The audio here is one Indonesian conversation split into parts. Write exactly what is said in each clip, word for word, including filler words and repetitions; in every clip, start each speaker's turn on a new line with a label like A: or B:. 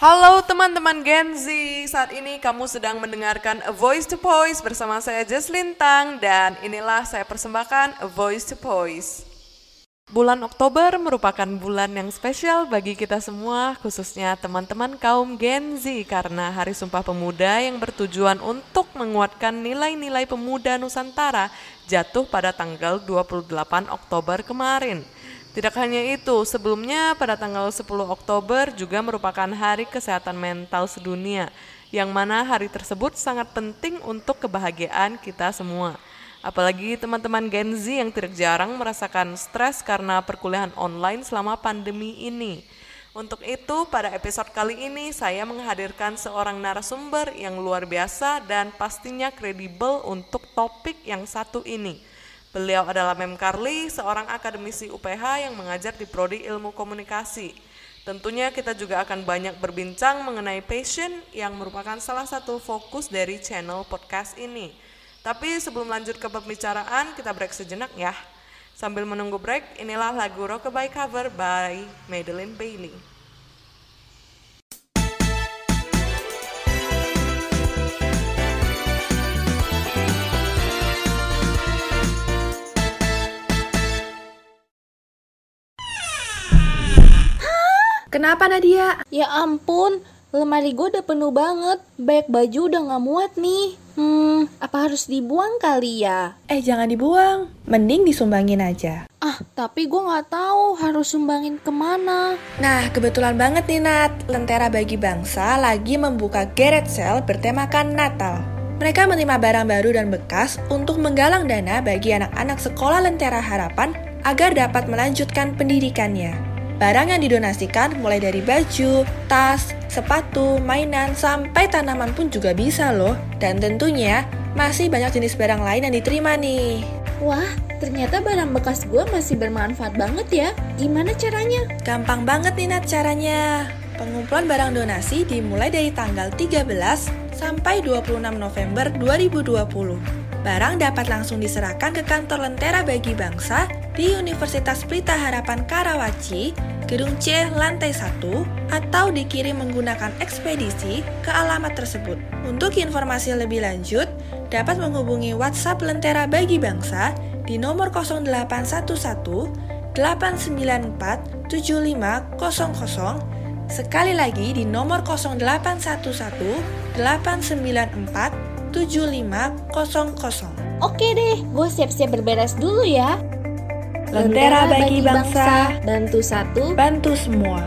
A: Halo teman-teman Gen Z, saat ini kamu sedang mendengarkan A Voice to Voice bersama saya Jesslyn Tang dan inilah saya persembahkan A Voice to Voice. Bulan Oktober merupakan bulan yang spesial bagi kita semua, khususnya teman-teman kaum Gen Z karena Hari Sumpah Pemuda yang bertujuan untuk menguatkan nilai-nilai pemuda Nusantara jatuh pada tanggal dua puluh delapan Oktober kemarin. Tidak hanya itu, sebelumnya pada tanggal sepuluh Oktober juga merupakan Hari Kesehatan Mental Sedunia, yang mana hari tersebut sangat penting untuk kebahagiaan kita semua. Apalagi teman-teman Gen Z yang tidak jarang merasakan stres karena perkuliahan online selama pandemi ini. Untuk itu, pada episode kali ini saya menghadirkan seorang narasumber yang luar biasa dan pastinya kredibel untuk topik yang satu ini. Beliau adalah Mem Carly, seorang akademisi U P H yang mengajar di Prodi Ilmu Komunikasi. Tentunya kita juga akan banyak berbincang mengenai passion yang merupakan salah satu fokus dari channel podcast ini. Tapi sebelum lanjut ke pembicaraan, kita break sejenak ya. Sambil menunggu break, inilah lagu Rockabye Cover by Madeline Bailey.
B: Kenapa Nadia?
C: Ya ampun, lemari gue udah penuh banget. Banyak baju udah gak muat nih. Hmm, apa harus dibuang kali ya?
B: Eh jangan dibuang, mending disumbangin aja.
C: Ah, tapi gue gak tahu harus sumbangin kemana.
B: Nah, kebetulan banget nih Nat, Lentera Bagi Bangsa lagi membuka garage sale bertemakan Natal. Mereka menerima barang baru dan bekas untuk menggalang dana bagi anak-anak sekolah Lentera Harapan agar dapat melanjutkan pendidikannya. Barang yang didonasikan mulai dari baju, tas, sepatu, mainan, sampai tanaman pun juga bisa loh. Dan tentunya masih banyak jenis barang lain yang diterima nih.
C: Wah, ternyata barang bekas gue masih bermanfaat banget ya. Gimana caranya?
B: Gampang banget nih Nat caranya. Pengumpulan barang donasi dimulai dari tanggal tiga belas sampai dua puluh enam November dua ribu dua puluh. Barang dapat langsung diserahkan ke kantor Lentera Bagi Bangsa di Universitas Pelita Harapan Karawaci, Gedung C, lantai satu, atau dikirim menggunakan ekspedisi ke alamat tersebut. Untuk informasi lebih lanjut, dapat menghubungi WhatsApp Lentera Bagi Bangsa di nomor nol delapan satu satu delapan sembilan empat tujuh lima nol nol. Sekali lagi di nomor nol delapan satu satu delapan sembilan empat tujuh lima nol nol.
C: Oke deh, gue siap-siap berberes dulu ya.
B: Lentera Bagi Bangsa,
C: bantu satu,
B: bantu semua.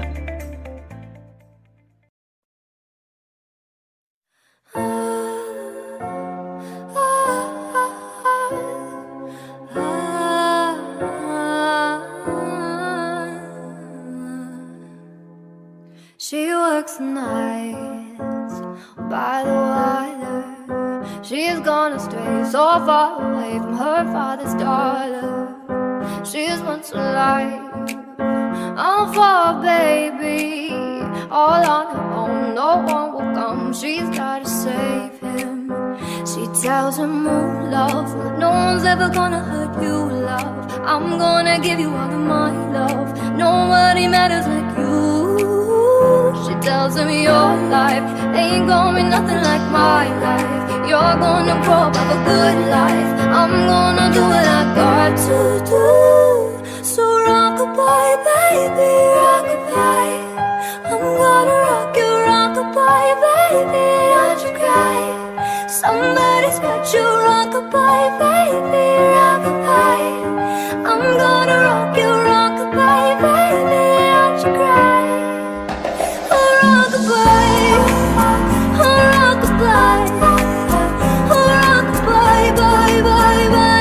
D: She works nights by the water. She's gone astray, so far away from her father's daughter. She's once alive, I'm for a baby, all on her own, no one will come, she's gotta save him. She tells him, oh love, no one's ever gonna hurt you, love, I'm gonna give you all of my love, nobody matters like you. She tells him your life ain't gonna be nothing like my life, you're gonna grow up, have a good life, I'm gonna do what I got to do. So rock-a-bye, baby, rock-a-bye, I'm gonna rock you, rock-a-bye, baby, don't you cry. Somebody's got you, rock-a-bye, baby, rock-a-bye, I'm gonna rock you, rock-a-bye, baby, don't you cry. Oh, rock-a-bye, oh, rock-a-bye, oh, rock-a-bye, bye, bye, bye, bye.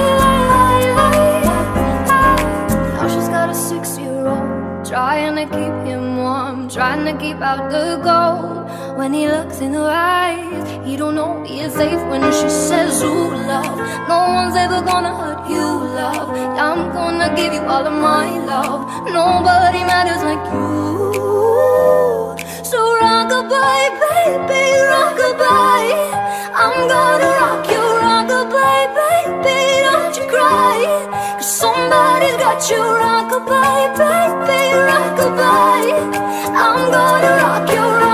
D: Trying to keep him warm, trying to keep out the cold. When he looks in her eyes, he don't know he is safe when she says, ooh, love, no one's ever gonna hurt you, love, I'm gonna give you all of my love, nobody matters like you. So rock-a-bye, baby, rock-a-bye, I'm gonna rock you, rock-a-bye, baby, don't you cry, cause somebody's got you, rock-a-bye, baby, rock-a-bye, I'm gonna rock you, rock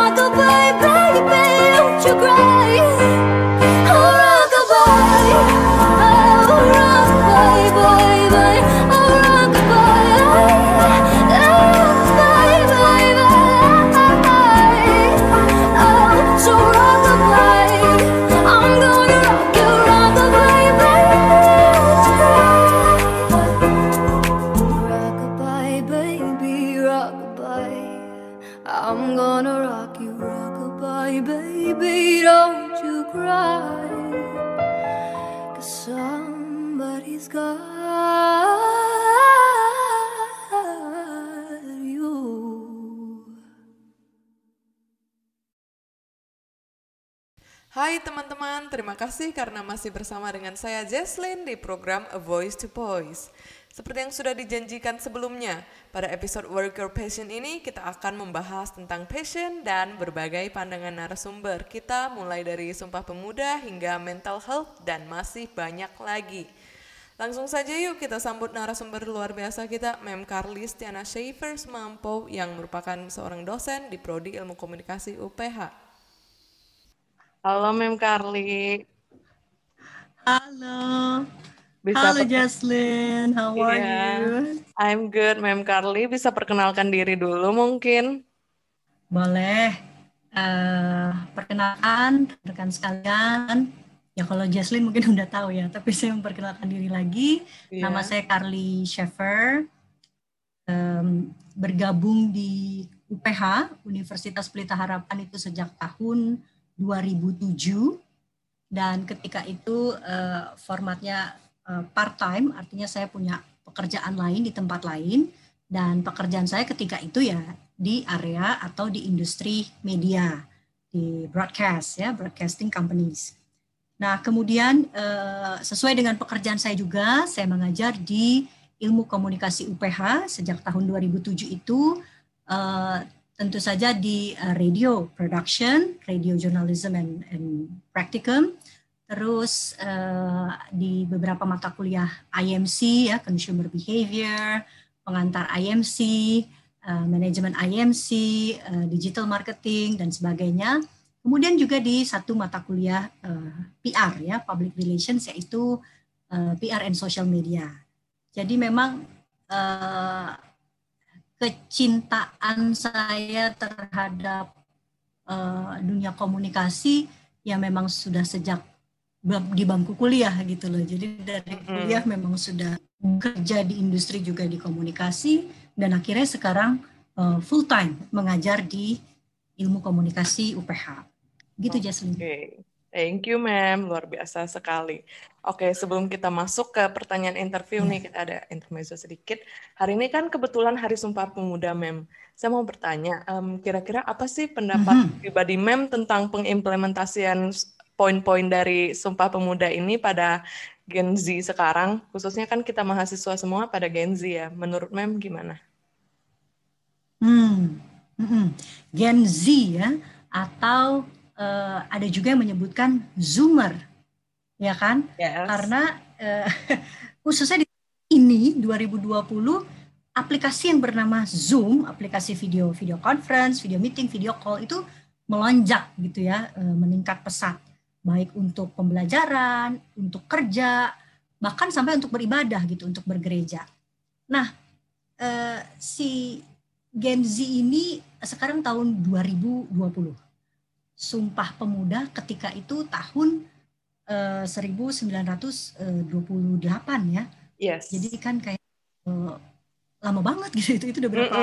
A: terima kasih karena masih bersama dengan saya Jesslyn di program A Voice to Voice. Seperti yang sudah dijanjikan sebelumnya, pada episode Work Your Passion ini kita akan membahas tentang passion dan berbagai pandangan narasumber. Kita mulai dari Sumpah Pemuda hingga mental health dan masih banyak lagi. Langsung saja yuk kita sambut narasumber luar biasa kita, Mem Carlis Tiana Schaefer Sumampo yang merupakan seorang dosen di Prodi Ilmu Komunikasi U P H. Halo Mem Carli.
E: Halo.
A: Bisa
E: Halo
A: per-
E: Jesslyn, how are
A: Iya,
E: you?
A: I'm good Mem Carli. Bisa perkenalkan diri dulu mungkin?
E: Boleh. Eh, perkenalkan rekan sekalian. Ya kalau Jesslyn mungkin udah tahu ya, tapi saya memperkenalkan diri lagi.
A: Iya.
E: Nama saya Carly Schaefer. Em, bergabung di U P H, Universitas Pelita Harapan itu sejak tahun dua ribu tujuh. Dan ketika itu eh, formatnya eh, part-time, artinya saya punya pekerjaan lain di tempat lain. Dan pekerjaan saya ketika itu ya di area atau di industri media, di broadcast ya, broadcasting companies. Nah, kemudian eh, sesuai dengan pekerjaan saya juga, saya mengajar di Ilmu Komunikasi U P H sejak tahun dua ribu tujuh itu, eh, tentu saja di eh, radio production, radio journalism and, and practicum, terus eh, di beberapa mata kuliah I M C ya, consumer behavior, pengantar I M C, eh, manajemen I M C, eh, digital marketing dan sebagainya. Kemudian juga di satu mata kuliah uh, P R ya, Public Relations, yaitu uh, P R and Social Media. Jadi memang uh, kecintaan saya terhadap uh, dunia komunikasi ya memang sudah sejak di bangku kuliah gitu loh. Jadi dari kuliah memang sudah kerja di industri juga di komunikasi dan akhirnya sekarang uh, full time mengajar di Ilmu Komunikasi U P H. Gitu, Jesslyn.
A: Oke, okay. Thank you, Mem. Luar biasa sekali. Oke, okay, sebelum kita masuk ke pertanyaan interview yeah. nih, kita ada intermezzo sedikit. Hari ini kan kebetulan Hari Sumpah Pemuda, Mem. Saya mau bertanya, um, kira-kira apa sih pendapat mm-hmm. pribadi Mem tentang pengimplementasian poin-poin dari Sumpah Pemuda ini pada Gen Z sekarang? Khususnya kan kita mahasiswa semua pada Gen Z ya. Menurut Mem gimana?
E: Hmm, mm-hmm. Gen Z ya, atau Uh, ada juga yang menyebutkan Zoomer, ya kan?
A: Yes.
E: Karena uh, khususnya di ini dua ribu dua puluh aplikasi yang bernama Zoom, aplikasi video video conference, video meeting, video call itu melonjak gitu ya, uh, meningkat pesat, baik untuk pembelajaran, untuk kerja, bahkan sampai untuk beribadah gitu, untuk bergereja. Nah, uh, si Gen Z ini sekarang tahun dua ribu dua puluh. Sumpah Pemuda ketika itu tahun uh, seribu sembilan ratus dua puluh delapan ya.
A: Yes.
E: Jadi kan kayak uh, lama banget gitu, itu itu udah berapa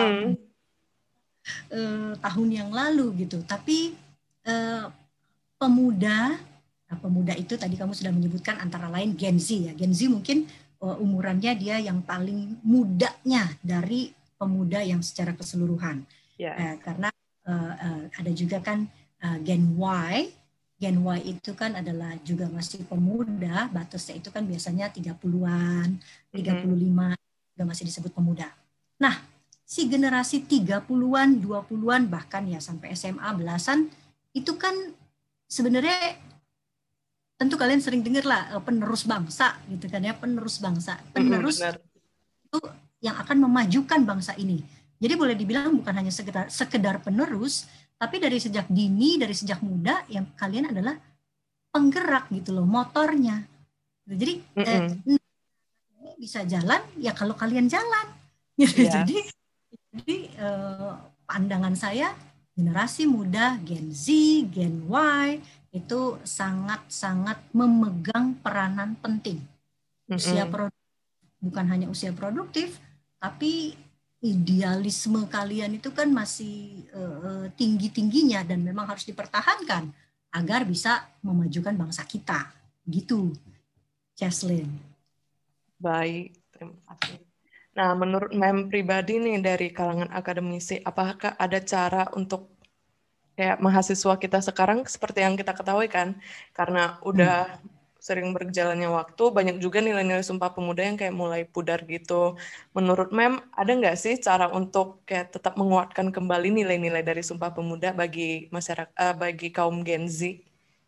E: uh, tahun yang lalu gitu. Tapi uh, pemuda, nah pemuda itu tadi kamu sudah menyebutkan antara lain Gen Z ya. Gen Z mungkin uh, umurannya dia yang paling mudanya dari pemuda yang secara keseluruhan.
A: Yeah.
E: Uh, karena uh, uh, ada juga kan Uh, Gen Y, Gen Y itu kan adalah juga masih pemuda, batasnya itu kan biasanya tiga puluhan, tiga puluh lima, juga masih disebut pemuda. Nah, si generasi tiga puluhan, dua puluhan, bahkan ya sampai S M A belasan, itu kan sebenarnya tentu kalian sering dengar lah, penerus bangsa gitu kan ya, penerus bangsa. Penerus mm-hmm, itu yang akan memajukan bangsa ini. Jadi boleh dibilang bukan hanya sekedar, sekedar penerus, tapi dari sejak dini, dari sejak muda, yang kalian adalah penggerak gitu loh, motornya. Jadi mm-hmm. eh, bisa jalan ya kalau kalian jalan. Gitu. Yeah. Jadi, jadi eh, pandangan saya generasi muda, Gen Z, Gen Y itu sangat-sangat memegang peranan penting. Mm-hmm. Usia produktif, bukan hanya usia produktif, tapi idealisme kalian itu kan masih uh, tinggi-tingginya dan memang harus dipertahankan agar bisa memajukan bangsa kita. Gitu, Jesslyn.
A: Baik, terima kasih. Nah, menurut Mem pribadi nih dari kalangan akademisi, apakah ada cara untuk kayak mahasiswa kita sekarang seperti yang kita ketahui kan, karena
E: Hmm.
A: udah sering berjalannya waktu, banyak juga nilai-nilai Sumpah Pemuda yang kayak mulai pudar gitu. Menurut Mem, ada nggak sih cara untuk kayak tetap menguatkan kembali nilai-nilai dari Sumpah Pemuda bagi masyarakat, eh, bagi kaum Gen Z?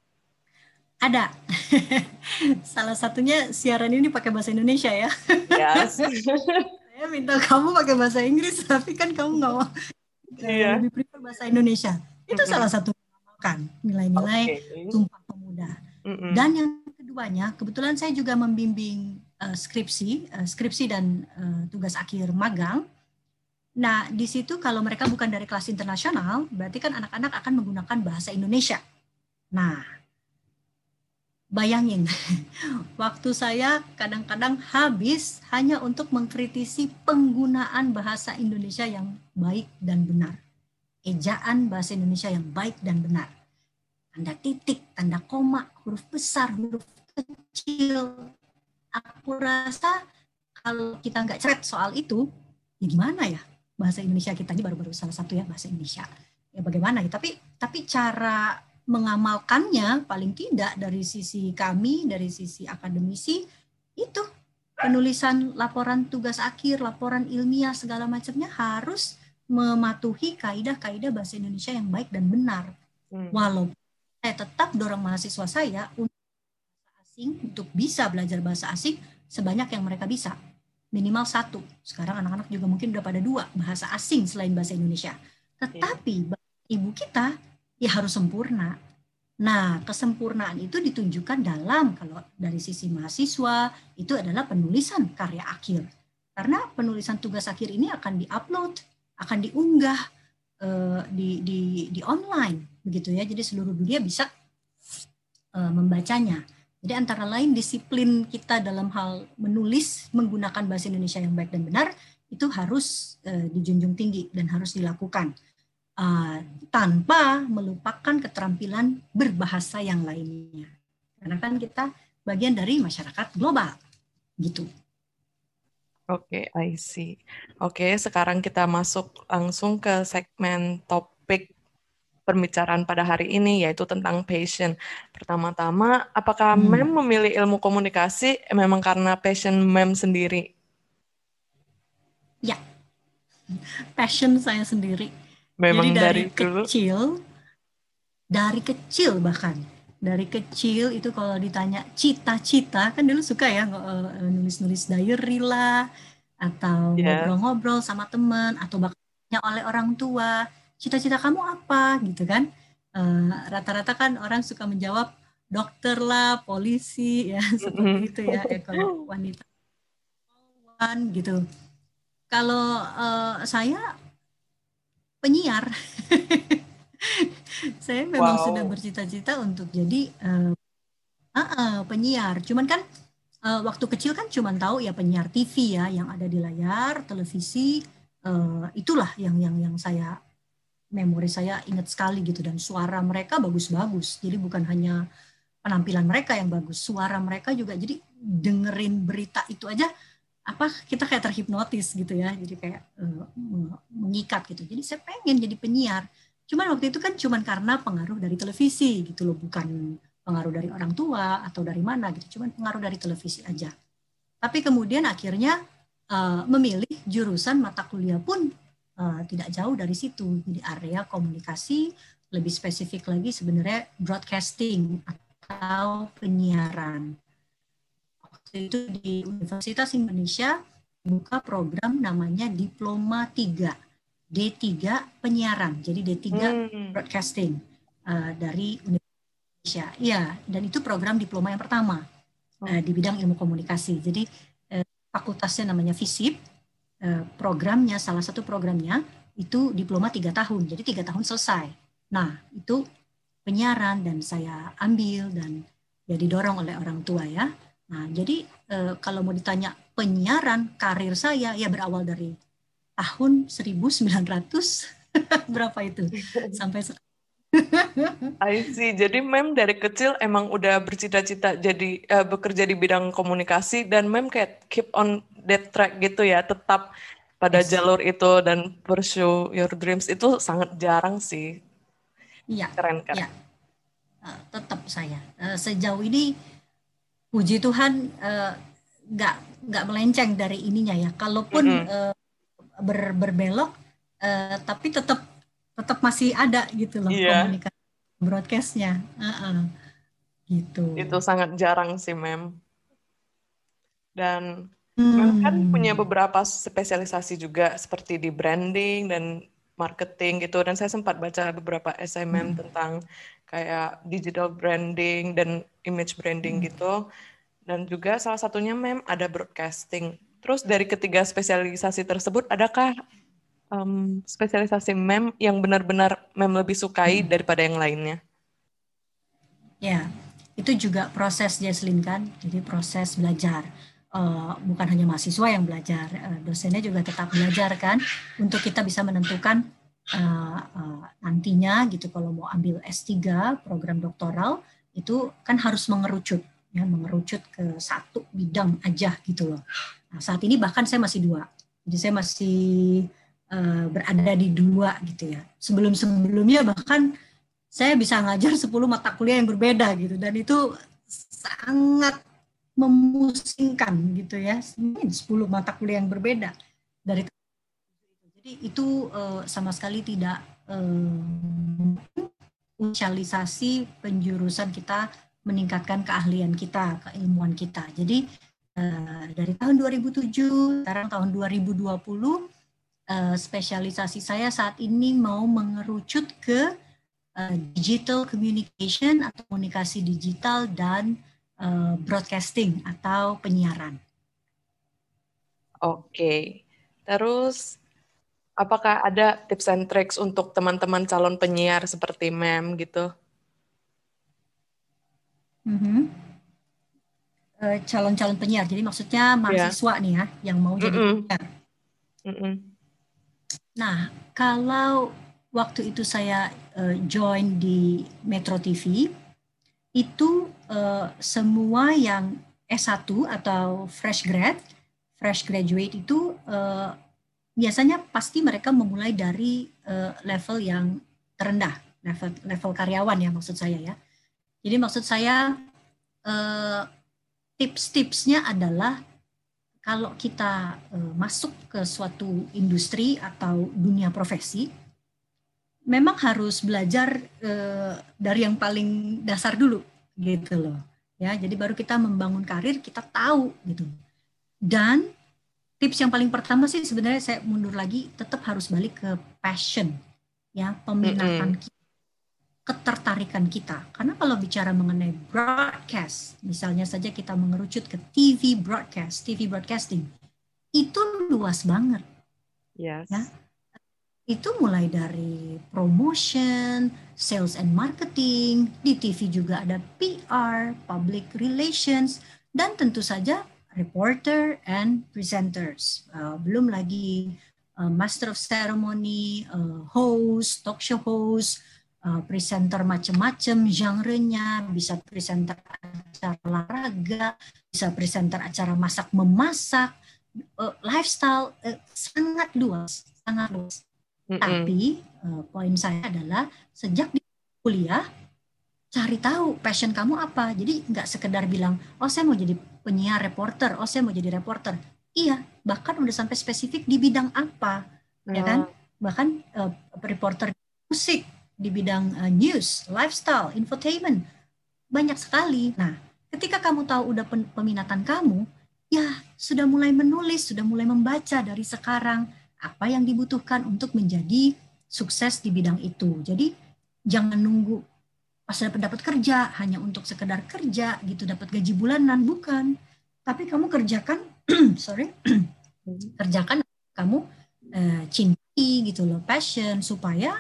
E: Ada. Salah satunya siaran ini pakai bahasa Indonesia ya.
A: Yes.
E: Saya minta kamu pakai bahasa Inggris, tapi kan kamu nggak mau, eh,
A: Iya.
E: lebih prefer bahasa Indonesia. Itu salah
A: Mm-mm.
E: satu mengamalkan nilai-nilai
A: Oke.
E: Sumpah Pemuda.
A: Mm-mm.
E: Dan yang keduanya, kebetulan saya juga membimbing uh, skripsi, uh, skripsi dan uh, tugas akhir magang. Nah, di situ kalau mereka bukan dari kelas internasional, berarti kan anak-anak akan menggunakan bahasa Indonesia. Nah, bayangin, waktu saya kadang-kadang habis hanya untuk mengkritisi penggunaan bahasa Indonesia yang baik dan benar. Ejaan bahasa Indonesia yang baik dan benar. Tanda titik, tanda koma, huruf besar, huruf kecil. Aku rasa kalau kita nggak ceret soal itu, ya gimana ya? Bahasa Indonesia kita ini baru-baru salah satu ya bahasa Indonesia. Ya bagaimana ya? Tapi tapi cara mengamalkannya paling tidak dari sisi kami, dari sisi akademisi, itu penulisan laporan tugas akhir, laporan ilmiah segala macamnya harus mematuhi kaidah-kaidah bahasa Indonesia yang baik dan benar.
A: Hmm.
E: Walaupun saya tetap dorong mahasiswa saya untuk bahasa asing, untuk bisa belajar bahasa asing sebanyak yang mereka bisa. Minimal satu. Sekarang anak-anak juga mungkin udah pada dua bahasa asing selain bahasa Indonesia. Tetapi ibu kita ya harus sempurna. Nah, kesempurnaan itu ditunjukkan dalam, kalau dari sisi mahasiswa, itu adalah penulisan karya akhir. Karena penulisan tugas akhir ini akan diupload, akan diunggah uh, di, di, di online, begitu ya. Jadi seluruh dunia bisa uh, membacanya. Jadi antara lain disiplin kita dalam hal menulis menggunakan bahasa Indonesia yang baik dan benar, itu harus uh, dijunjung tinggi dan harus dilakukan. Uh, tanpa melupakan keterampilan berbahasa yang lainnya. Karena kan kita bagian dari masyarakat global, gitu.
A: Oke, okay, I see. Oke, okay, sekarang kita masuk langsung ke segmen topik pembicaraan pada hari ini, yaitu tentang passion. Pertama-tama, apakah hmm. Mem memilih ilmu komunikasi memang karena passion Mem sendiri?
E: Ya, passion saya sendiri.
A: Memang
E: Jadi dari,
A: dari
E: kecil,
A: dulu?
E: dari kecil bahkan, dari kecil itu kalau ditanya cita-cita, kan dulu suka ya nulis-nulis diary lah, atau yes. ngobrol-ngobrol sama teman, atau bahkan oleh orang tua, cita-cita kamu apa gitu kan? Uh, rata-rata kan orang suka menjawab dokter lah, polisi ya, seperti mm-hmm. itu ya, eh, kalau wanita gitu. Kalau uh, saya penyiar. Saya memang wow. sudah bercita-cita untuk jadi uh, uh, uh, penyiar. Cuman kan uh, waktu kecil kan cuman tahu ya penyiar T V ya yang ada di layar televisi. Uh, itulah yang yang yang saya memori saya ingat sekali gitu, dan suara mereka bagus-bagus. Jadi bukan hanya penampilan mereka yang bagus, suara mereka juga. Jadi dengerin berita itu aja apa kita kayak terhipnotis gitu ya, jadi kayak uh, mengikat gitu. Jadi saya pengen jadi penyiar. Cuman waktu itu kan cuman karena pengaruh dari televisi gitu loh, bukan pengaruh dari orang tua atau dari mana gitu, cuman pengaruh dari televisi aja. Tapi kemudian akhirnya uh, memilih jurusan mata kuliah pun uh, tidak jauh dari situ, jadi area komunikasi, lebih spesifik lagi sebenarnya broadcasting atau penyiaran. Itu di Universitas Indonesia buka program namanya Diploma tiga, D tiga penyiaran, jadi D tiga hmm. broadcasting uh, dari Universitas Indonesia. Iya, dan itu program diploma yang pertama hmm. uh, di bidang ilmu komunikasi. Jadi uh, fakultasnya namanya FISIP, uh, programnya salah satu programnya itu diploma tiga tahun, jadi tiga tahun selesai. Nah itu penyiaran dan saya ambil dan ya didorong oleh orang tua ya. Nah, jadi e, kalau mau ditanya penyiaran, karir saya ya berawal dari tahun seribu sembilan ratus berapa itu sampai sekarang.
A: I see. Jadi Mem dari kecil emang udah bercita-cita jadi uh, bekerja di bidang komunikasi, dan Mem kayak keep on that track gitu ya, tetap pada yes. jalur itu dan pursue your dreams. Itu sangat jarang sih.
E: Iya,
A: Keren, keren.
E: iya. Uh, tetap saya uh, sejauh ini puji Tuhan uh, nggak nggak melenceng dari ininya ya. Kalaupun
A: Mm-mm.
E: uh, ber, berbelok, uh, tapi tetap tetap masih ada gitu loh
A: Iya,
E: komunikasi broadcastnya. Uh-uh, gitu.
A: itu sangat jarang sih, Mem. Dan Mem kan punya
E: Hmm.
A: beberapa spesialisasi juga seperti di branding dan marketing gitu. Dan saya sempat baca beberapa essay Mem
E: Hmm.
A: tentang kayak digital branding dan image branding
E: Hmm.
A: gitu. Dan juga salah satunya Mem ada broadcasting. Terus dari ketiga spesialisasi tersebut, adakah um, spesialisasi Mem yang benar-benar Mem lebih sukai
E: Hmm.
A: daripada yang lainnya?
E: Ya, itu juga proses Jesslyn kan, jadi proses belajar. Uh, bukan hanya mahasiswa yang belajar, uh, dosennya juga tetap belajar kan, untuk kita bisa menentukan uh, uh, nantinya gitu kalau mau ambil S tiga program doktoral itu kan harus mengerucut, ya mengerucut ke satu bidang aja gitu loh. Nah, saat ini bahkan saya masih dua, jadi saya masih uh, berada di dua gitu ya. Sebelum-sebelumnya bahkan saya bisa ngajar sepuluh mata kuliah yang berbeda gitu, dan itu sangat memusingkan gitu ya, sepuluh mata kuliah yang berbeda dari jadi itu uh, sama sekali tidak uh, sosialisasi penjurusan kita, meningkatkan keahlian kita, keilmuan kita. Jadi uh, dari tahun dua ribu tujuh sekarang tahun dua ribu dua puluh uh, spesialisasi saya saat ini mau mengerucut ke Uh, digital communication atau komunikasi digital dan uh, broadcasting atau penyiaran.
A: Oke, terus apakah ada tips and tricks untuk teman-teman calon penyiar seperti Mem gitu?
E: Mm-hmm. Uh, calon-calon penyiar, jadi maksudnya
A: Ya.
E: mahasiswa nih ya yang mau jadi
A: Mm-mm.
E: penyiar.
A: Mm-mm.
E: Nah, kalau waktu itu saya uh, join di Metro T V, itu uh, semua yang S satu atau fresh grad, fresh graduate itu uh, biasanya pasti mereka memulai dari uh, level yang terendah, level level karyawan ya maksud saya ya. Jadi maksud saya uh, tips-tipsnya adalah kalau kita uh, masuk ke suatu industri atau dunia profesi, memang harus belajar uh, dari yang paling dasar dulu gitu loh. Ya, jadi baru kita membangun karir, kita tahu gitu. Dan tips yang paling pertama sih sebenarnya saya mundur lagi, tetap harus balik ke passion, ya, peminatan
A: Mm-mm.
E: kita, ketertarikan kita. Karena kalau bicara mengenai broadcast, misalnya saja kita mengerucut ke T V broadcast, T V broadcasting, itu luas banget.
A: Yes.
E: Ya. Itu mulai dari promotion, sales and marketing, di T V juga ada P R, public relations, dan tentu saja reporter and presenters. Uh, belum lagi uh, master of ceremony, uh, host, talk show host, uh, presenter macam-macam genrenya, bisa presenter acara olahraga, bisa presenter acara masak-memasak, uh, lifestyle, uh, sangat luas, sangat luas.
A: Mm-mm.
E: Tapi uh, poin saya adalah sejak di kuliah cari tahu passion kamu apa. Jadi nggak sekedar bilang, oh saya mau jadi penyiar reporter, oh saya mau jadi reporter. Iya, bahkan udah sampai spesifik di bidang apa, uh. ya kan? Bahkan uh, reporter musik di bidang uh, news, lifestyle, infotainment, banyak sekali. Nah, ketika kamu tahu udah peminatan kamu, ya sudah mulai menulis, sudah mulai membaca dari sekarang apa yang dibutuhkan untuk menjadi sukses di bidang itu. Jadi jangan nunggu pas dapat kerja hanya untuk sekedar kerja gitu, dapat gaji bulanan, bukan. Tapi kamu kerjakan, sorry, kerjakan kamu uh, cintai gitu loh, passion, supaya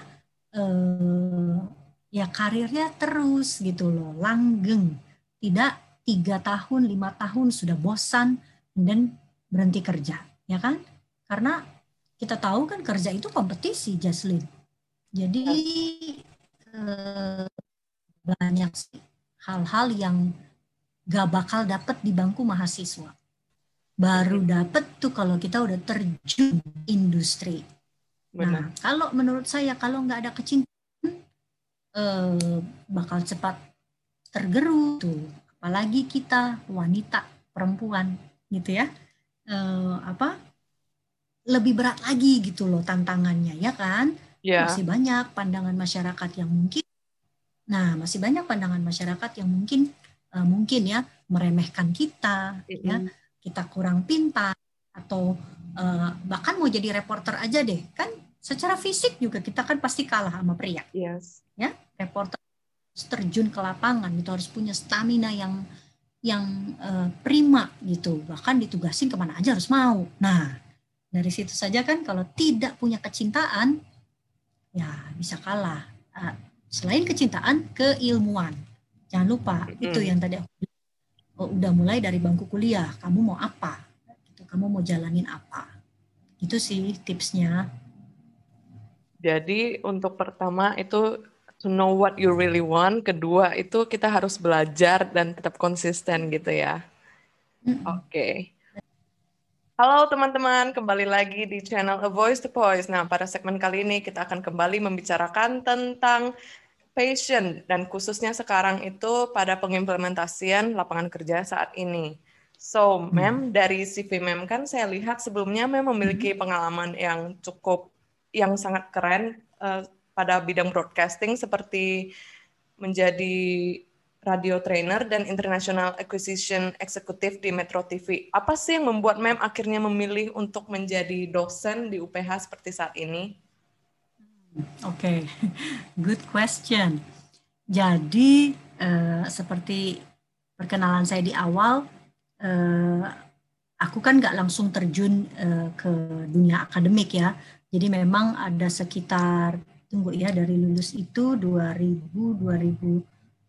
E: uh, ya karirnya terus gitu loh, langgeng. Tidak tiga tahun, lima tahun sudah bosan dan berhenti kerja, ya kan? Karena kita tahu kan kerja itu kompetisi, Jesslyn. Jadi eh, banyak sih hal-hal yang gak bakal dapat di bangku mahasiswa. Baru dapat tuh kalau kita udah terjun industri. Benar. Nah, kalau menurut saya kalau nggak ada kecintaan, eh, bakal cepat tergerus tuh, apalagi kita wanita perempuan gitu ya, eh, apa lebih berat lagi gitu loh tantangannya ya kan.
A: Yeah.
E: Masih banyak pandangan masyarakat yang mungkin, nah masih banyak pandangan masyarakat yang mungkin uh, mungkin ya meremehkan kita, mm-hmm. ya kita kurang pintar atau uh, bahkan mau jadi reporter aja deh kan, secara fisik juga kita kan pasti kalah sama pria.
A: Yes.
E: Ya, reporter terjun ke lapangan itu harus punya stamina yang yang uh, prima gitu, bahkan ditugasin kemana aja harus mau. Nah dari situ saja kan kalau tidak punya kecintaan ya bisa kalah. Uh, selain kecintaan, keilmuan. Jangan lupa mm-hmm. itu yang tadi aku bilang. Oh, udah mulai dari bangku kuliah, kamu mau apa? Gitu, kamu mau jalanin apa? Itu sih tipsnya.
A: Jadi untuk pertama itu to know what you really want. Kedua itu kita harus belajar dan tetap konsisten gitu ya. Mm-hmm. Oke. Okay. Halo teman-teman, kembali lagi di channel A Voice to Voice. Nah, pada segmen kali ini kita akan kembali membicarakan tentang passion dan khususnya sekarang itu pada pengimplementasian lapangan kerja saat ini. So, Mem, dari C V Mem kan saya lihat sebelumnya Mem memiliki pengalaman yang cukup, yang sangat keren uh, pada bidang broadcasting seperti menjadi radio trainer dan international acquisition executive di Metro T V. Apa sih yang membuat Mem akhirnya memilih untuk menjadi dosen di U P H seperti saat ini?
E: Oke, okay. Good question. Jadi uh, seperti perkenalan saya di awal, uh, aku kan nggak langsung terjun uh, ke dunia akademik ya. Jadi memang ada sekitar, tunggu ya, dari lulus itu dua ribu, dua ribu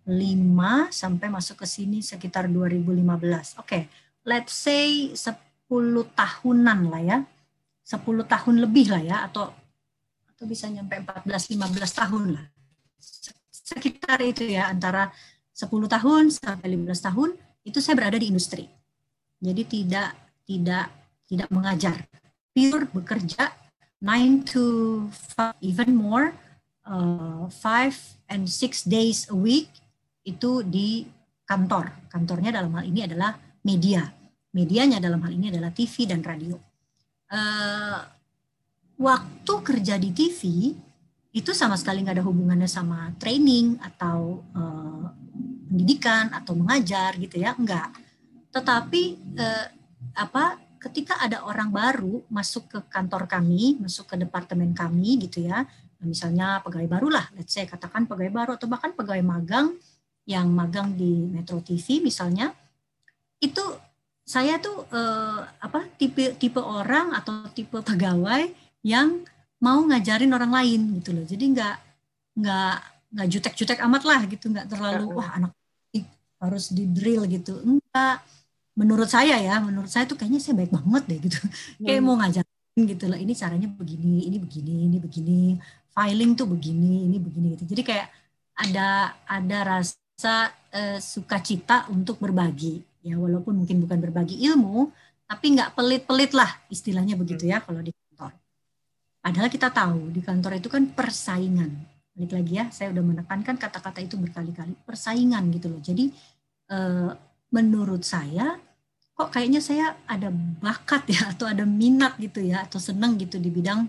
E: lima sampai masuk ke sini sekitar dua ribu lima belas. Oke, okay. Let's say sepuluh tahunan lah ya. sepuluh tahun lebih lah ya, atau atau bisa nyampe empat belas lima belas tahun lah. Sekitar itu ya, antara sepuluh tahun sampai lima belas tahun itu saya berada di industri. Jadi tidak tidak tidak mengajar. Pure bekerja nine to five, even more, uh, five and six days a week itu di kantor. Kantornya dalam hal ini adalah media. Medianya dalam hal ini adalah T V dan radio. Uh, waktu kerja di T V itu sama sekali nggak ada hubungannya sama training atau uh, pendidikan atau mengajar gitu ya, enggak. Tetapi uh, apa? Ketika ada orang baru masuk ke kantor kami, masuk ke departemen kami gitu ya, misalnya pegawai baru lah, let's say katakan pegawai baru atau bahkan pegawai magang yang magang di Metro T V misalnya, itu saya tuh eh, apa tipe tipe orang atau tipe pegawai yang mau ngajarin orang lain gitu loh. Jadi nggak nggak nggak jutek-jutek amat lah gitu, nggak terlalu wah anak harus di drill gitu, enggak. Menurut saya ya, menurut saya tuh kayaknya saya baik banget deh gitu. Hmm. Kayak mau ngajarin gitu lah, ini caranya begini, ini begini, ini begini, filing tuh begini, ini begini gitu. Jadi kayak ada ada rasa uh, sukacita untuk berbagi. Ya walaupun mungkin bukan berbagi ilmu, tapi nggak pelit-pelit lah istilahnya begitu ya kalau di kantor. Padahal kita tahu di kantor itu kan persaingan. Balik lagi ya, saya udah menekankan kata-kata itu berkali-kali, persaingan gitu loh. Jadi uh, menurut saya kok kayaknya saya ada bakat ya atau ada minat gitu ya atau seneng gitu di bidang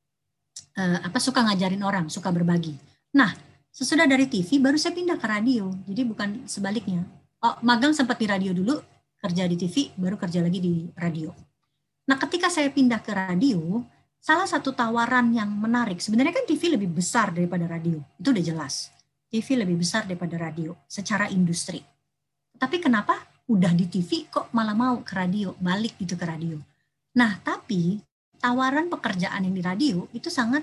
E: uh, apa suka ngajarin orang, suka berbagi. Nah, sesudah dari T V baru saya pindah ke radio. Jadi bukan sebaliknya. Oh, magang sempat di radio dulu, kerja di T V, baru kerja lagi di radio. Nah, ketika saya pindah ke radio, salah satu tawaran yang menarik, sebenarnya kan T V lebih besar daripada radio. Itu udah jelas. T V lebih besar daripada radio secara industri. Tapi kenapa udah di T V kok malah mau ke radio, balik gitu ke radio. Nah, tapi tawaran pekerjaan yang di radio itu sangat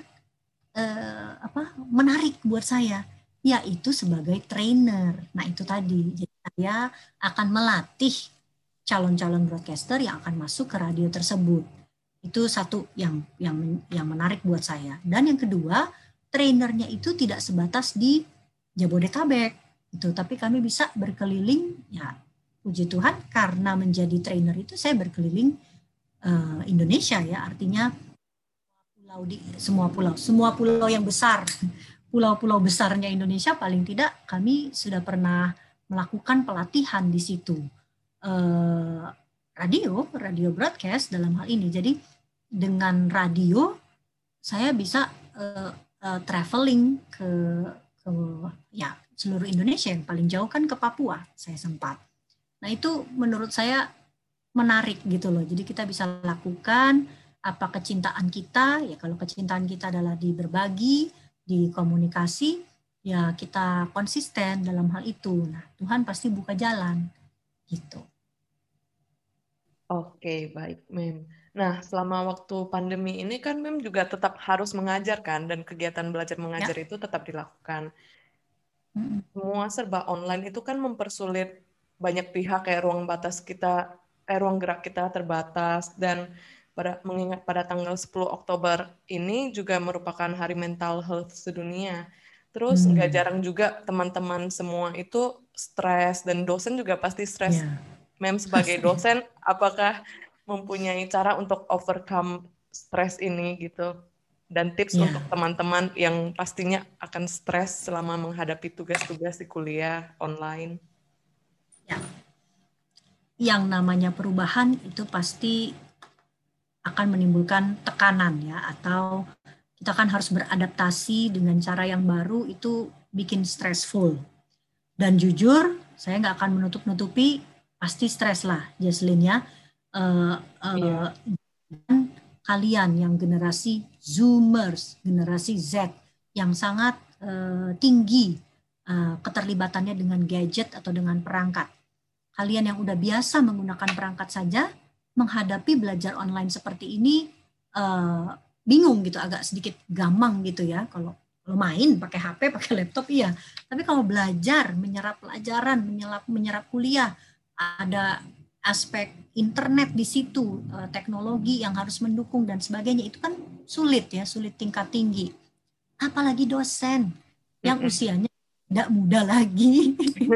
E: eh, apa menarik buat saya, yaitu sebagai trainer. Nah, itu tadi. Jadi saya akan melatih calon-calon broadcaster yang akan masuk ke radio tersebut. Itu satu yang yang yang menarik buat saya. Dan yang kedua, trainernya itu tidak sebatas di Jabodetabek. Itu, tapi kami bisa berkeliling, ya puji Tuhan karena menjadi trainer itu saya berkeliling uh, Indonesia ya, artinya pulau di semua pulau, semua pulau yang besar, pulau-pulau besarnya Indonesia, paling tidak kami sudah pernah melakukan pelatihan di situ. Eh, radio, radio broadcast dalam hal ini. Jadi dengan radio saya bisa uh, uh, traveling ke, ke ya seluruh Indonesia, yang paling jauh kan ke Papua saya sempat. Nah itu menurut saya menarik gitu loh. Jadi kita bisa lakukan apa kecintaan kita, ya kalau kecintaan kita adalah di berbagi, di komunikasi, ya kita konsisten dalam hal itu. Nah Tuhan pasti buka jalan gitu.
A: Oke, baik, Mem. Nah, selama waktu pandemi ini kan Mem juga tetap harus mengajar kan, dan kegiatan belajar mengajar
E: Ya.
A: itu tetap dilakukan.
E: Mm-mm.
A: Semua serba online itu kan mempersulit banyak pihak, kayak ruang batas kita, eh, ruang gerak kita terbatas, dan pada mengingat pada tanggal sepuluh Oktober ini juga merupakan Hari Mental Health sedunia. Terus nggak
E: Hmm.
A: jarang juga teman-teman semua itu stres, dan dosen juga pasti stres.
E: Ya.
A: Mem sebagai dosen, apakah mempunyai cara untuk overcome stres ini gitu? Dan tips
E: Ya.
A: untuk teman-teman yang pastinya akan stres selama menghadapi tugas-tugas di kuliah online.
E: Ya. Yang namanya perubahan itu pasti akan menimbulkan tekanan ya, atau kita kan harus beradaptasi dengan cara yang baru, itu bikin stressful. Dan jujur, saya nggak akan menutup-nutupi, pasti stres lah, Jesslyn ya. Uh, uh,
A: Iya.
E: Dan kalian yang generasi Zoomers, generasi Z, yang sangat uh, tinggi uh, keterlibatannya dengan gadget atau dengan perangkat. Kalian yang udah biasa menggunakan perangkat saja, menghadapi belajar online seperti ini uh, bingung gitu, agak sedikit gamang gitu ya. Kalau kalau main pakai H P, pakai laptop iya. Tapi kalau belajar, menyerap pelajaran, menyerap menyerap kuliah, ada aspek internet di situ, uh, teknologi yang harus mendukung dan sebagainya, itu kan sulit ya, sulit tingkat tinggi. Apalagi dosen yang mm-hmm. usianya tidak muda lagi.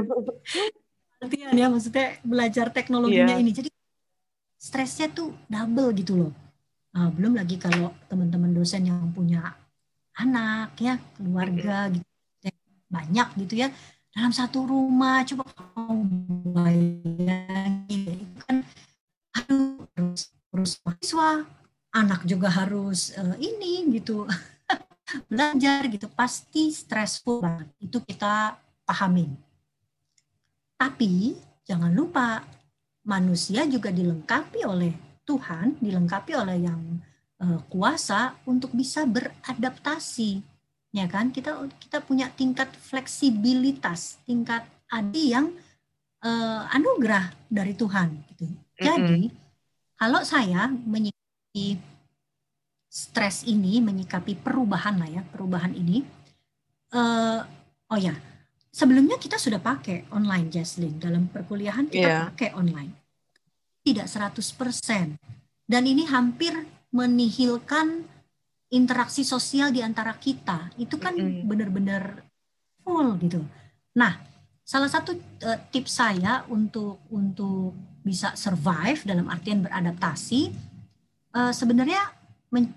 E: Artinya ya, maksudnya belajar teknologinya yeah. ini. Jadi stresnya tuh double gitu loh. Nah, belum lagi kalau teman-teman dosen yang punya anak ya, keluarga gitu, banyak gitu ya, dalam satu rumah, coba kamu bayangin, itu kan aduh, harus harus mahasiswa, anak juga harus uh, ini gitu belajar gitu, pasti stressful banget, itu kita pahamin. Tapi jangan lupa, manusia juga dilengkapi oleh Tuhan, dilengkapi oleh yang uh, kuasa untuk bisa beradaptasi, ya kan? Kita kita punya tingkat fleksibilitas, tingkat adi yang uh, anugerah dari Tuhan. Gitu. Jadi mm-hmm. kalau saya menyikapi stres ini, menyikapi perubahan lah ya, perubahan ini, uh, oh ya, sebelumnya kita sudah pakai online, Jesslyn, dalam perkuliahan kita yeah. pakai online. Tidak seratus persen. Dan ini hampir menihilkan interaksi sosial di antara kita. Itu kan mm-hmm. benar-benar full gitu. Nah, salah satu uh, tips saya untuk untuk bisa survive dalam artian beradaptasi, uh, sebenarnya men-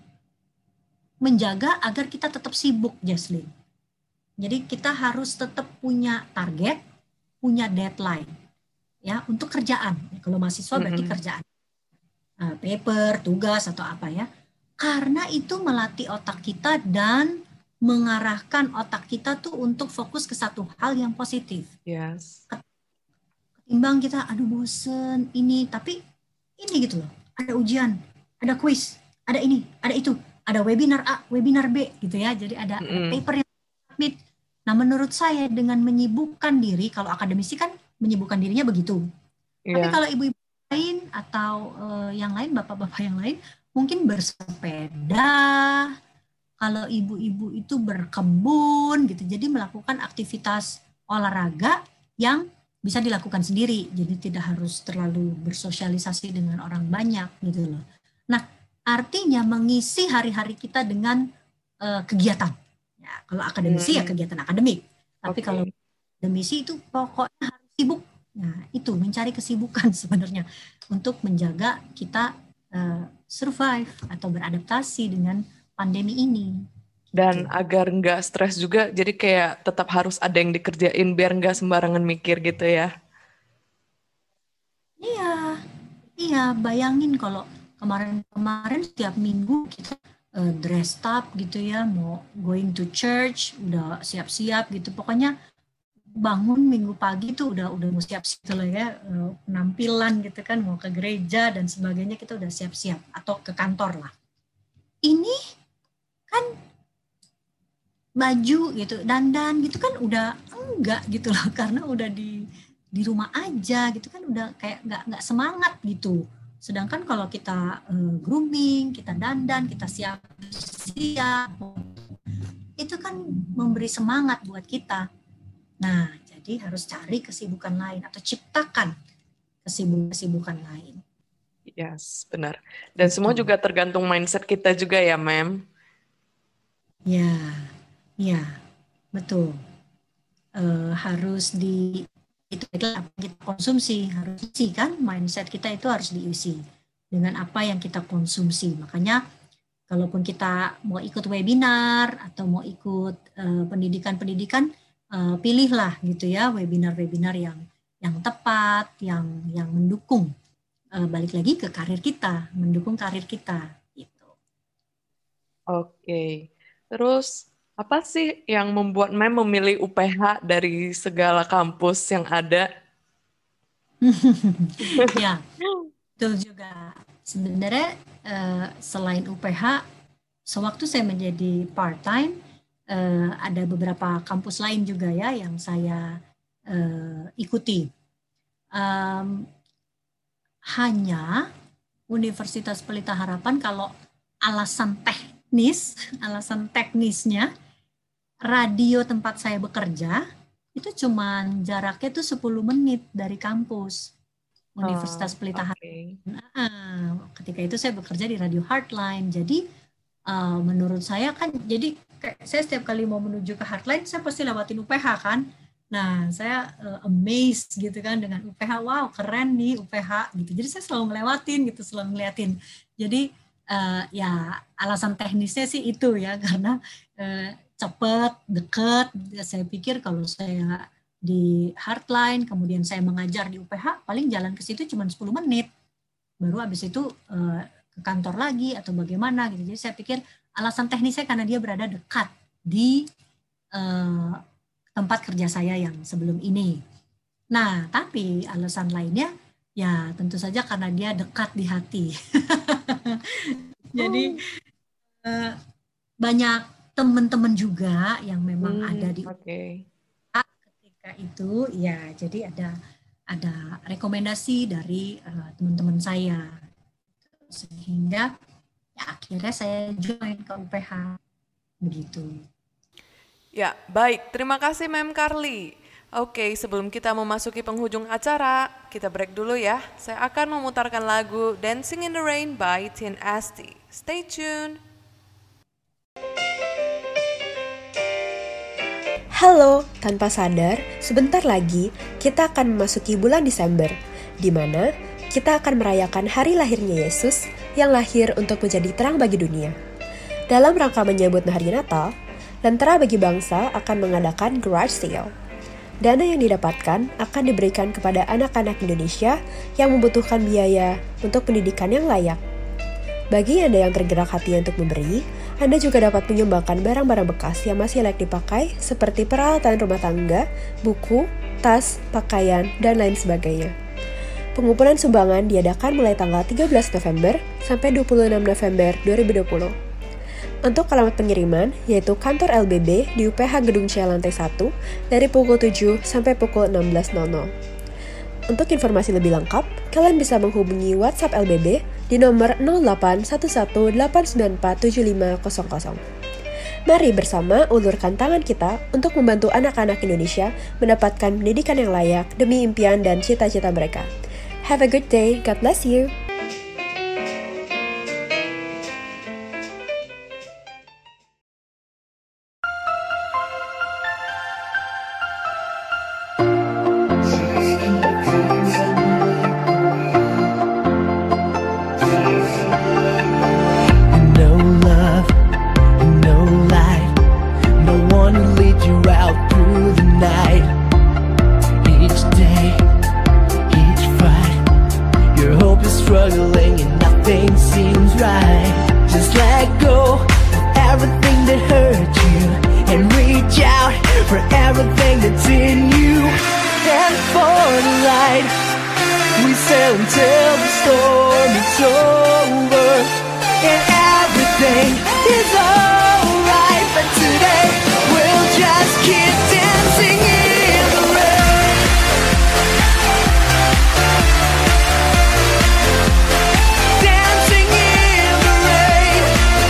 E: menjaga agar kita tetap sibuk, Jesslyn. Jadi kita harus tetap punya target, punya deadline. Ya, untuk kerjaan. Kalau mahasiswa berarti mm-hmm. kerjaan. Uh, paper, tugas atau apa ya. Karena itu melatih otak kita dan mengarahkan otak kita tuh untuk fokus ke satu hal yang positif.
A: Yes.
E: Ketimbang kita aduh bosen ini, tapi ini gitu loh. Ada ujian, ada kuis, ada ini, ada itu, ada webinar A, webinar B gitu ya. Jadi ada, mm-hmm. ada paper yang submit. Nah, menurut saya dengan menyibukkan diri, kalau akademisi kan menyibukkan dirinya begitu. Yeah. Tapi kalau ibu-ibu lain atau uh, yang lain, bapak-bapak yang lain, mungkin bersepeda, kalau ibu-ibu itu berkebun gitu. Jadi melakukan aktivitas olahraga yang bisa dilakukan sendiri. Jadi tidak harus terlalu bersosialisasi dengan orang banyak gitu loh. Nah, artinya mengisi hari-hari kita dengan uh, kegiatan. Ya, kalau akademisi hmm. ya kegiatan akademik. Tapi okay. kalau akademisi itu pokoknya harus sibuk. Nah, itu mencari kesibukan sebenarnya untuk menjaga kita uh, survive atau beradaptasi dengan pandemi ini.
A: Dan agar nggak stres juga, jadi kayak tetap harus ada yang dikerjain biar nggak sembarangan mikir gitu ya.
E: Iya, iya, bayangin kalau kemarin-kemarin setiap minggu kita uh, dressed up gitu ya, mau going to church, udah siap-siap gitu. Pokoknya bangun minggu pagi tuh udah udah mau siap-siap gitu lah ya, uh, penampilan gitu kan, mau ke gereja dan sebagainya kita udah siap-siap atau ke kantor lah. Ini kan baju gitu, dandan gitu kan udah enggak gitu loh, karena udah di di rumah aja gitu kan, udah kayak nggak nggak semangat gitu. Sedangkan kalau kita uh, grooming, kita dandan, kita siap-siap, itu kan memberi semangat buat kita. Nah, jadi harus cari kesibukan lain atau ciptakan kesibukan-kesibukan lain.
A: Yes, benar. Dan
E: Betul.
A: semua juga tergantung mindset kita juga ya, Mem.
E: Ya, ya, betul. Uh, harus di itu apa kita konsumsi, harus diisi kan, mindset kita itu harus diisi dengan apa yang kita konsumsi. Makanya kalaupun kita mau ikut webinar atau mau ikut uh, pendidikan-pendidikan, uh, pilihlah gitu ya webinar-webinar yang yang tepat, yang yang mendukung uh, balik lagi ke karir kita, mendukung karir kita gitu.
A: Oke. Terus apa sih yang membuat Mem memilih U P H dari segala kampus yang ada?
E: Ya, betul juga. Sebenarnya uh, selain U P H, sewaktu saya menjadi part-time, uh, ada beberapa kampus lain juga ya yang saya uh, ikuti. Um, hanya Universitas Pelita Harapan kalau alasan teknis, alasan teknisnya, radio tempat saya bekerja itu cuma jaraknya itu sepuluh menit dari kampus Universitas Pelita Harapan. Okay. Nah, ketika itu saya bekerja di Radio Heartline. Jadi uh, menurut saya kan, jadi kayak saya setiap kali mau menuju ke Heartline saya pasti lewatin U P H kan. Nah, saya uh, amazed gitu kan dengan U P H. Wow, keren nih U P H gitu. Jadi saya selalu ngelewatin gitu, selalu ngeliatin. Jadi uh, ya alasan teknisnya sih itu ya, karena uh, cepat, dekat. Saya pikir kalau saya di Heartline, kemudian saya mengajar di U P H, paling jalan ke situ cuma sepuluh menit. Baru habis itu uh, ke kantor lagi atau bagaimana gitu. Jadi saya pikir alasan teknisnya karena dia berada dekat di uh, tempat kerja saya yang sebelum ini. Nah, tapi alasan lainnya ya tentu saja karena dia dekat di hati. Jadi uh, banyak teman-teman juga yang memang hmm, ada di
A: okay.
E: ketika itu ya, jadi ada ada rekomendasi dari uh, teman-teman saya sehingga ya akhirnya saya join ke U P H begitu.
A: Ya, baik. Terima kasih Mem Carly. Oke, sebelum kita memasuki penghujung acara, kita break dulu ya. Saya akan memutarkan lagu Dancing in the Rain by Tin Asti. Stay tuned.
F: Halo, tanpa sadar, sebentar lagi kita akan memasuki bulan Desember, di mana kita akan merayakan hari lahirnya Yesus yang lahir untuk menjadi terang bagi dunia. Dalam rangka menyambut hari Natal, Lentera Bagi Bangsa akan mengadakan garage sale. Dana yang didapatkan akan diberikan kepada anak-anak Indonesia yang membutuhkan biaya untuk pendidikan yang layak. Bagi Anda yang tergerak hati untuk memberi, Anda juga dapat menyumbangkan barang-barang bekas yang masih layak dipakai seperti peralatan rumah tangga, buku, tas, pakaian, dan lain sebagainya. Pengumpulan sumbangan diadakan mulai tanggal tiga belas November sampai dua puluh enam November dua ribu dua puluh. Untuk alamat pengiriman, yaitu kantor L B B di U P H Gedung C lantai satu dari pukul tujuh sampai pukul enam belas nol nol. Untuk informasi lebih lengkap, kalian bisa menghubungi WhatsApp L B B di nomor nol delapan satu satu delapan sembilan empat tujuh lima nol nol. Mari bersama ulurkan tangan kita untuk membantu anak-anak Indonesia mendapatkan pendidikan yang layak demi impian dan cita-cita mereka. Have a good day, God bless you!
G: No love, no light. sail until the storm is over, and everything is alright. But today we'll just keep dancing in the rain. Dancing in the rain.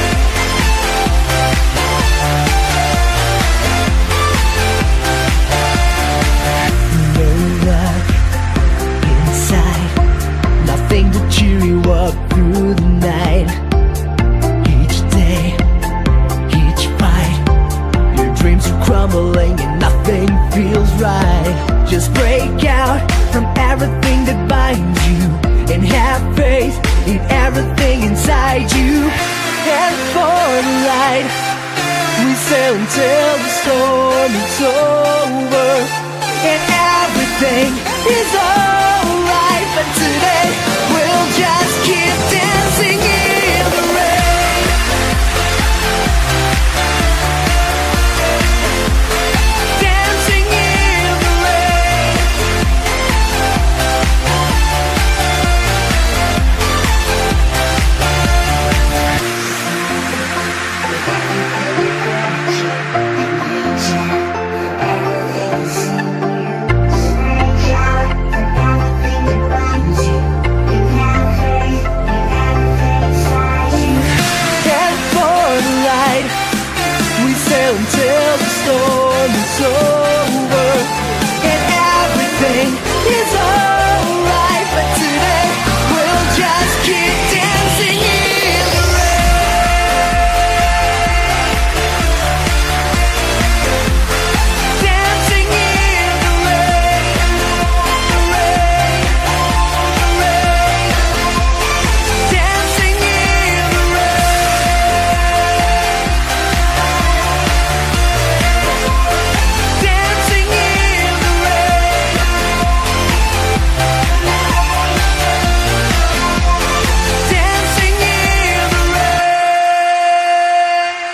G: No love inside, nothing to cheer you up through the night. Each day, each fight, your dreams are crumbling and nothing feels right. Just break out from everything that binds you and have faith in everything inside you. And for the light, we sail until the storm is over, and everything is alright. But today we'll just keep dancing in the rain. Dancing in the rain. And for the light, we sail until the storm is over, and everything is alright. But today we'll just keep dancing in the rain. Dancing in the rain. The rain. The rain. Dancing in the rain. Dancing in the rain. Dancing in the rain.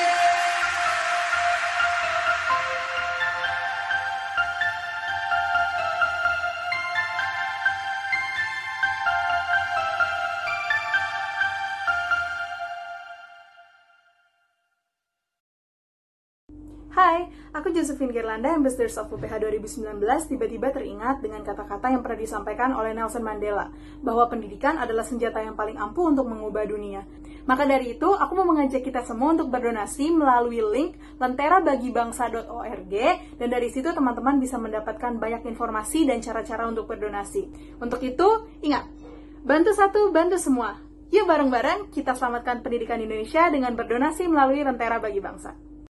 H: Hai, aku Josephine Girlanda, Ambassadors of U P H dua ribu sembilan belas, tiba-tiba teringat dengan kata-kata yang pernah disampaikan oleh Nelson Mandela, bahwa pendidikan adalah senjata yang paling ampuh untuk mengubah dunia. Maka dari itu, aku mau mengajak kita semua untuk berdonasi melalui link lentera bagi bangsa dot org, dan dari situ teman-teman bisa mendapatkan banyak informasi dan cara-cara untuk berdonasi. Untuk itu, ingat, bantu satu, bantu semua. Yuk bareng-bareng kita selamatkan pendidikan Indonesia dengan berdonasi melalui Lentera Bagi Bangsa.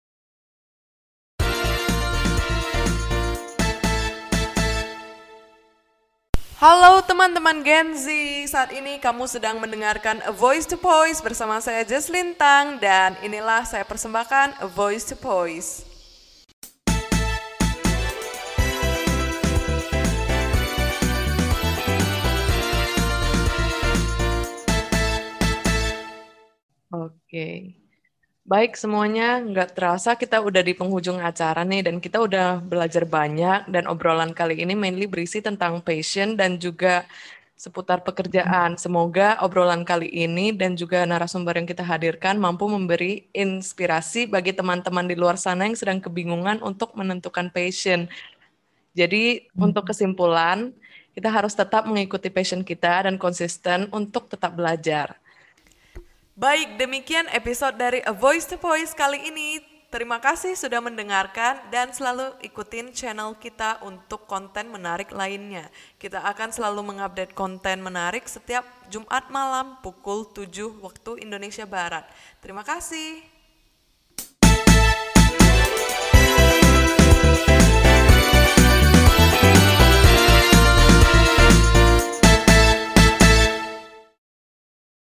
A: Halo teman-teman Gen Z, saat ini kamu sedang mendengarkan A Voice to Voice bersama saya Jesslyn Tang, dan inilah saya persembahkan A Voice to Voice. Oke, baik semuanya, nggak terasa kita udah di penghujung acara nih, dan kita udah belajar banyak, dan obrolan kali ini mainly berisi tentang passion dan juga seputar pekerjaan. Semoga obrolan kali ini dan juga narasumber yang kita hadirkan mampu memberi inspirasi bagi teman-teman di luar sana yang sedang kebingungan untuk menentukan passion. Jadi untuk kesimpulan, kita harus tetap mengikuti passion kita dan konsisten untuk tetap belajar. Baik, demikian episode dari A Voice to Voice kali ini. Terima kasih sudah mendengarkan dan selalu ikutin channel kita untuk konten menarik lainnya. Kita akan selalu mengupdate konten menarik setiap Jumat malam pukul tujuh waktu Indonesia Barat. Terima kasih.